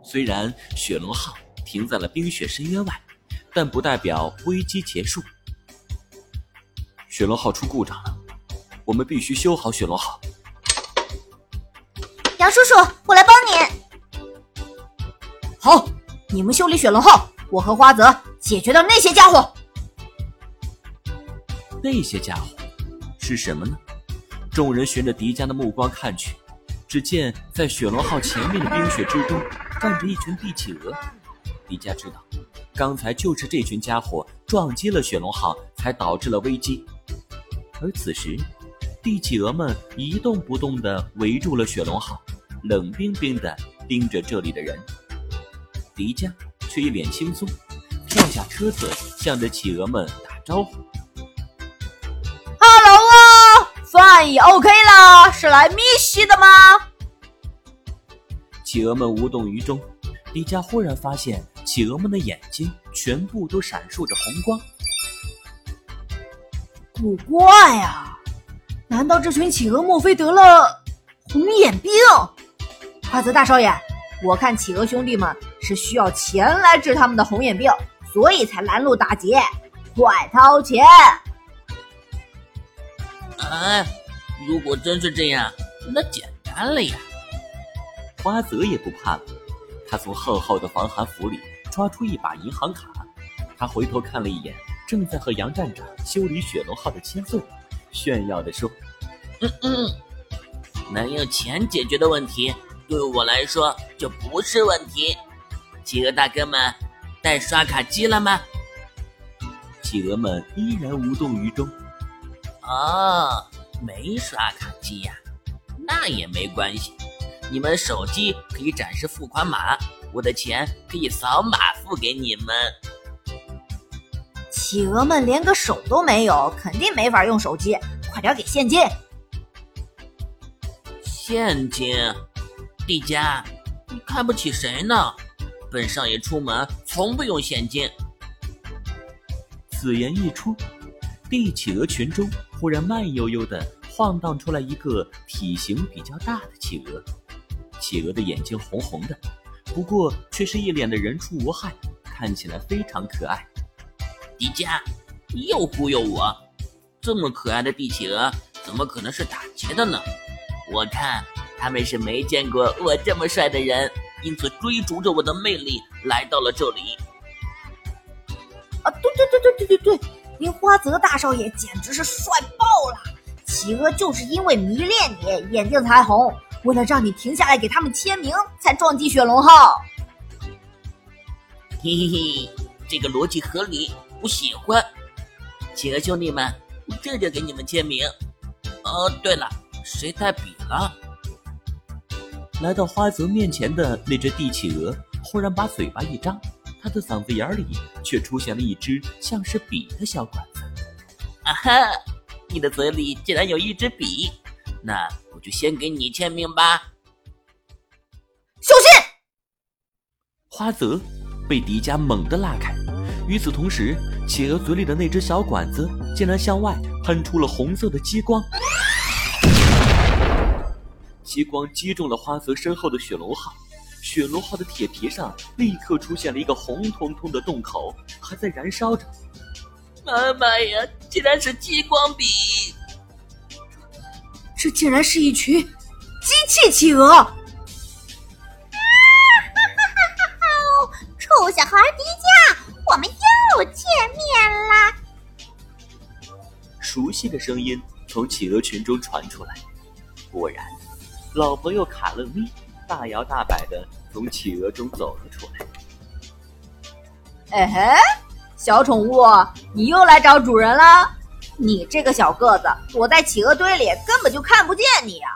虽然雪龙号停在了冰雪深渊外，但不代表危机结束。雪龙号出故障了，我们必须修好雪龙号。 杨叔叔，我来帮你。好，你们修理雪龙号，我和花泽解决掉那些家伙。 那些家伙是什么呢？众人循着迪迦的目光看去，只见在雪龙号前面的冰雪之中站着一群帝企鹅。迪迦知道，刚才就是这群家伙撞击了雪龙号，才导致了危机。而此时，帝企鹅们一动不动地围住了雪龙号，冷冰冰地盯着这里的人。迪迦却一脸轻松，跳下车子，向着企鹅们打招呼。 Hello 啊，饭也 OK 啦，是来密西的吗？ 企鹅们无动于衷。迪迦忽然发现，企鹅们的眼睛全部都闪烁着红光。 古怪啊，难道这群企鹅莫非得了红眼病？花泽大少爷，我看企鹅兄弟们是需要钱来治他们的红眼病，所以才拦路打劫，快掏钱！ 如果真是这样，那简单了呀。 花泽也不怕了，他从厚厚的防寒服里抓出一把银行卡，他回头看了一眼正在和杨站长修理雪龙号的七岁，炫耀地说： 能用钱解决的问题，对我来说就不是问题。企鹅大哥们，带刷卡机了吗？ 企鹅们依然无动于衷。 没刷卡机呀，那也没关系。你们手机可以展示付款码，我的钱可以扫码付给你们。 企鹅们连个手都没有，肯定没法用手机，快点给现金。 现金？帝迦，你看不起谁呢？本少爷出门从不用现金。 此言一出，帝企鹅群中忽然慢悠悠地晃荡出来一个体型比较大的企鹅。企鹅的眼睛红红的，不过却是一脸的人畜无害，看起来非常可爱。 迪迦，你又忽悠我！这么可爱的帝企鹅，怎么可能是打劫的呢？我看他们是没见过我这么帅的人，因此追逐着我的魅力来到了这里。 对，您花泽大少爷简直是帅爆了！企鹅就是因为迷恋你，眼睛才红，为了让你停下来给他们签名，才撞击雪龙号。 嘿嘿嘿，这个逻辑合理，我喜欢。企鹅兄弟们，这就给你们签名。对了，谁带笔了？ 来到花泽面前的那只帝企鹅忽然把嘴巴一张，他的嗓子眼里却出现了一支像是笔的小管子。 你的嘴里竟然有一支笔，那我就先给你签名吧。 小心！ 花泽被迪迦猛地拉开，与此同时，企鹅嘴里的那只小管子竟然向外喷出了红色的激光。激光击中了花泽身后的雪龙号，雪龙号的铁皮上立刻出现了一个红彤彤的洞口，还在燃烧着。 妈妈呀，竟然是激光笔！ 这竟然是一群机器企鹅！ 臭小孩迪迦，我们又见面啦！ 熟悉的声音从企鹅群中传出来，果然，老朋友卡勒咪大摇大摆地从企鹅中走了出来。小宠物，你又来找主人了？你这个小个子，躲在企鹅堆里根本就看不见你呀！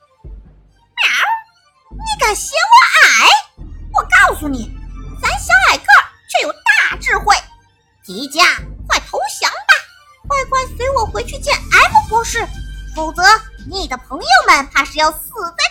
你敢嫌我矮？我告诉你，咱小矮个却有大智慧。迪迦，快投降吧！快随我回去见 M 博士，否则你的朋友们怕是要死在